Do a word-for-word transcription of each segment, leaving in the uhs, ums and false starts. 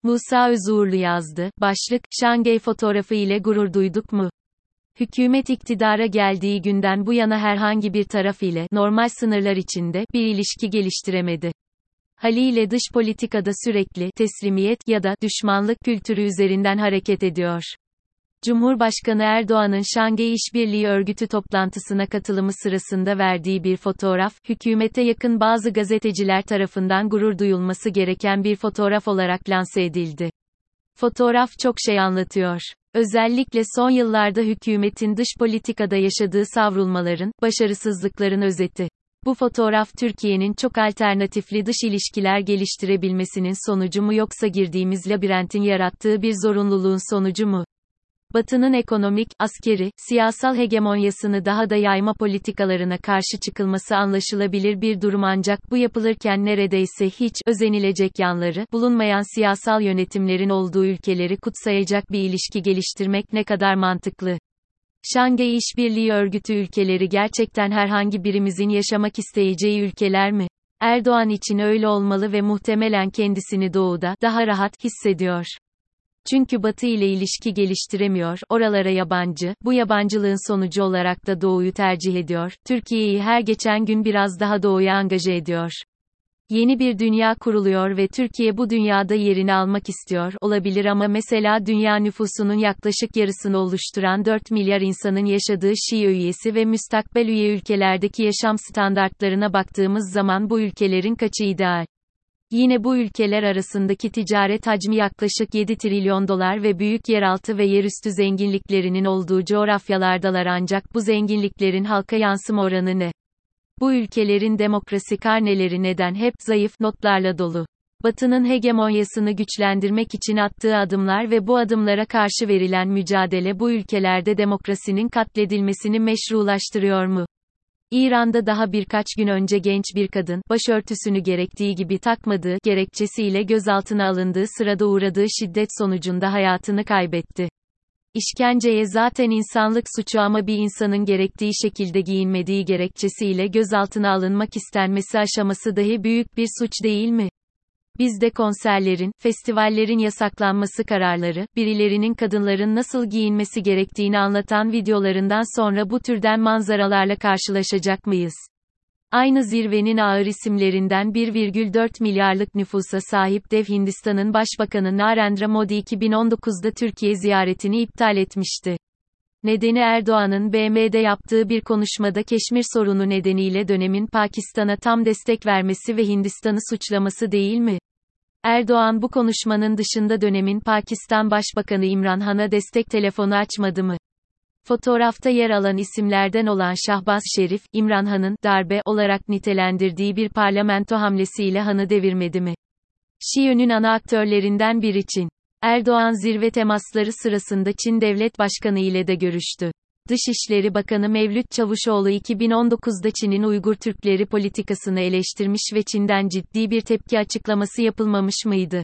Musa Özuğurlu yazdı. Başlık, Şangay fotoğrafı ile gurur duyduk mu? Hükümet iktidara geldiği günden bu yana herhangi bir taraf ile, normal sınırlar içinde, bir ilişki geliştiremedi. Haliyle dış politikada sürekli, teslimiyet ya da, düşmanlık kültürü üzerinden hareket ediyor. Cumhurbaşkanı Erdoğan'ın Şangay İşbirliği Örgütü toplantısına katılımı sırasında verdiği bir fotoğraf, hükümete yakın bazı gazeteciler tarafından gurur duyulması gereken bir fotoğraf olarak lanse edildi. Fotoğraf çok şey anlatıyor. Özellikle son yıllarda hükümetin dış politikada yaşadığı savrulmaların, başarısızlıkların özeti. Bu fotoğraf Türkiye'nin çok alternatifli dış ilişkiler geliştirebilmesinin sonucu mu yoksa girdiğimiz labirentin yarattığı bir zorunluluğun sonucu mu? Batı'nın ekonomik, askeri, siyasal hegemonyasını daha da yayma politikalarına karşı çıkılması anlaşılabilir bir durum ancak bu yapılırken neredeyse hiç özenilecek yanları bulunmayan siyasal yönetimlerin olduğu ülkeleri kutsayacak bir ilişki geliştirmek ne kadar mantıklı? Şangay İşbirliği Örgütü ülkeleri gerçekten herhangi birimizin yaşamak isteyeceği ülkeler mi? Erdoğan için öyle olmalı ve muhtemelen kendisini doğuda daha rahat hissediyor. Çünkü Batı ile ilişki geliştiremiyor, oralara yabancı, bu yabancılığın sonucu olarak da Doğu'yu tercih ediyor, Türkiye'yi her geçen gün biraz daha Doğu'ya angaje ediyor. Yeni bir dünya kuruluyor ve Türkiye bu dünyada yerini almak istiyor, olabilir ama mesela dünya nüfusunun yaklaşık yarısını oluşturan dört milyar insanın yaşadığı Şii üyesi ve müstakbel üye ülkelerdeki yaşam standartlarına baktığımız zaman bu ülkelerin kaçı ideal? Yine bu ülkeler arasındaki ticaret hacmi yaklaşık yedi trilyon dolar ve büyük yeraltı ve yerüstü zenginliklerinin olduğu coğrafyalardalar ancak bu zenginliklerin halka yansıma oranı ne? Bu ülkelerin demokrasi karneleri neden hep zayıf notlarla dolu? Batı'nın hegemonyasını güçlendirmek için attığı adımlar ve bu adımlara karşı verilen mücadele bu ülkelerde demokrasinin katledilmesini meşrulaştırıyor mu? İran'da daha birkaç gün önce genç bir kadın, başörtüsünü gerektiği gibi takmadığı gerekçesiyle gözaltına alındığı sırada uğradığı şiddet sonucunda hayatını kaybetti. İşkenceye zaten insanlık suçu ama bir insanın gerektiği şekilde giyinmediği gerekçesiyle gözaltına alınmak istenmesi aşaması dahi büyük bir suç değil mi? Bizde konserlerin, festivallerin yasaklanması kararları, birilerinin kadınların nasıl giyinmesi gerektiğini anlatan videolarından sonra bu türden manzaralarla karşılaşacak mıyız? Aynı zirvenin ağır isimlerinden bir virgül dört milyarlık nüfusa sahip dev Hindistan'ın Başbakanı Narendra Modi iki bin on dokuzda Türkiye ziyaretini iptal etmişti. Nedeni Erdoğan'ın B M'de yaptığı bir konuşmada Keşmir sorunu nedeniyle dönemin Pakistan'a tam destek vermesi ve Hindistan'ı suçlaması değil mi? Erdoğan bu konuşmanın dışında dönemin Pakistan Başbakanı İmran Han'a destek telefonu açmadı mı? Fotoğrafta yer alan isimlerden olan Şahbaz Şerif, İmran Han'ın darbe olarak nitelendirdiği bir parlamento hamlesiyle Han'ı devirmedi mi? Şii'nin ana aktörlerinden biri Çin. Erdoğan zirve temasları sırasında Çin Devlet Başkanı ile de görüştü. Dışişleri Bakanı Mevlüt Çavuşoğlu iki bin on dokuzda Çin'in Uygur Türkleri politikasını eleştirmiş ve Çin'den ciddi bir tepki açıklaması yapılmamış mıydı?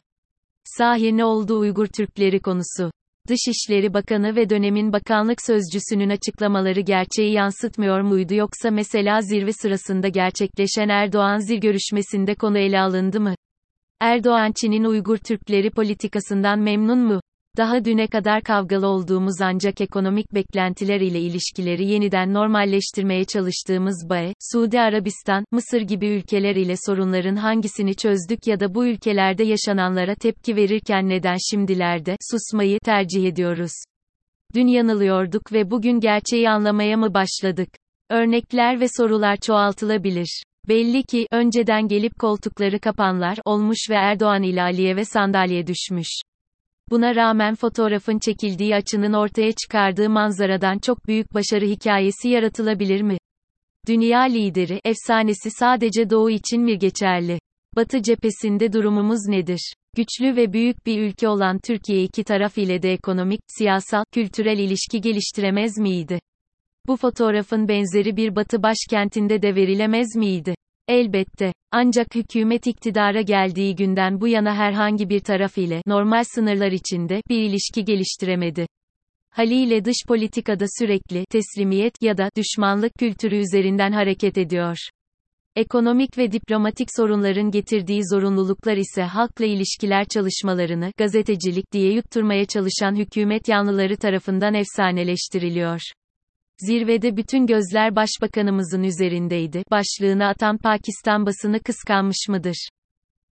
Sahi ne oldu Uygur Türkleri konusu? Dışişleri Bakanı ve dönemin bakanlık sözcüsünün açıklamaları gerçeği yansıtmıyor muydu yoksa mesela zirve sırasında gerçekleşen Erdoğan-Zir görüşmesinde konu ele alındı mı? Erdoğan Çin'in Uygur Türkleri politikasından memnun mu? Daha düne kadar kavgalı olduğumuz ancak ekonomik beklentiler ile ilişkileri yeniden normalleştirmeye çalıştığımız B E, Suudi Arabistan, Mısır gibi ülkeler ile sorunların hangisini çözdük ya da bu ülkelerde yaşananlara tepki verirken neden şimdilerde susmayı tercih ediyoruz? Dün yanılıyorduk ve bugün gerçeği anlamaya mı başladık? Örnekler ve sorular çoğaltılabilir. Belli ki, önceden gelip koltukları kapanlar olmuş ve Erdoğan ile Aliyev'e sandalye düşmüş. Buna rağmen fotoğrafın çekildiği açının ortaya çıkardığı manzaradan çok büyük başarı hikayesi yaratılabilir mi? Dünya lideri, efsanesi sadece Doğu için mi geçerli? Batı cephesinde durumumuz nedir? Güçlü ve büyük bir ülke olan Türkiye iki taraf ile de ekonomik, siyasal, kültürel ilişki geliştiremez miydi? Bu fotoğrafın benzeri bir Batı başkentinde de verilemez miydi? Elbette. Ancak hükümet iktidara geldiği günden bu yana herhangi bir taraf ile normal sınırlar içinde bir ilişki geliştiremedi. Haliyle dış politikada sürekli teslimiyet ya da düşmanlık kültürü üzerinden hareket ediyor. Ekonomik ve diplomatik sorunların getirdiği zorunluluklar ise halkla ilişkiler çalışmalarını, gazetecilik diye yutturmaya çalışan hükümet yanlıları tarafından efsaneleştiriliyor. Zirvede bütün gözler başbakanımızın üzerindeydi, başlığını atan Pakistan basını kıskanmış mıdır?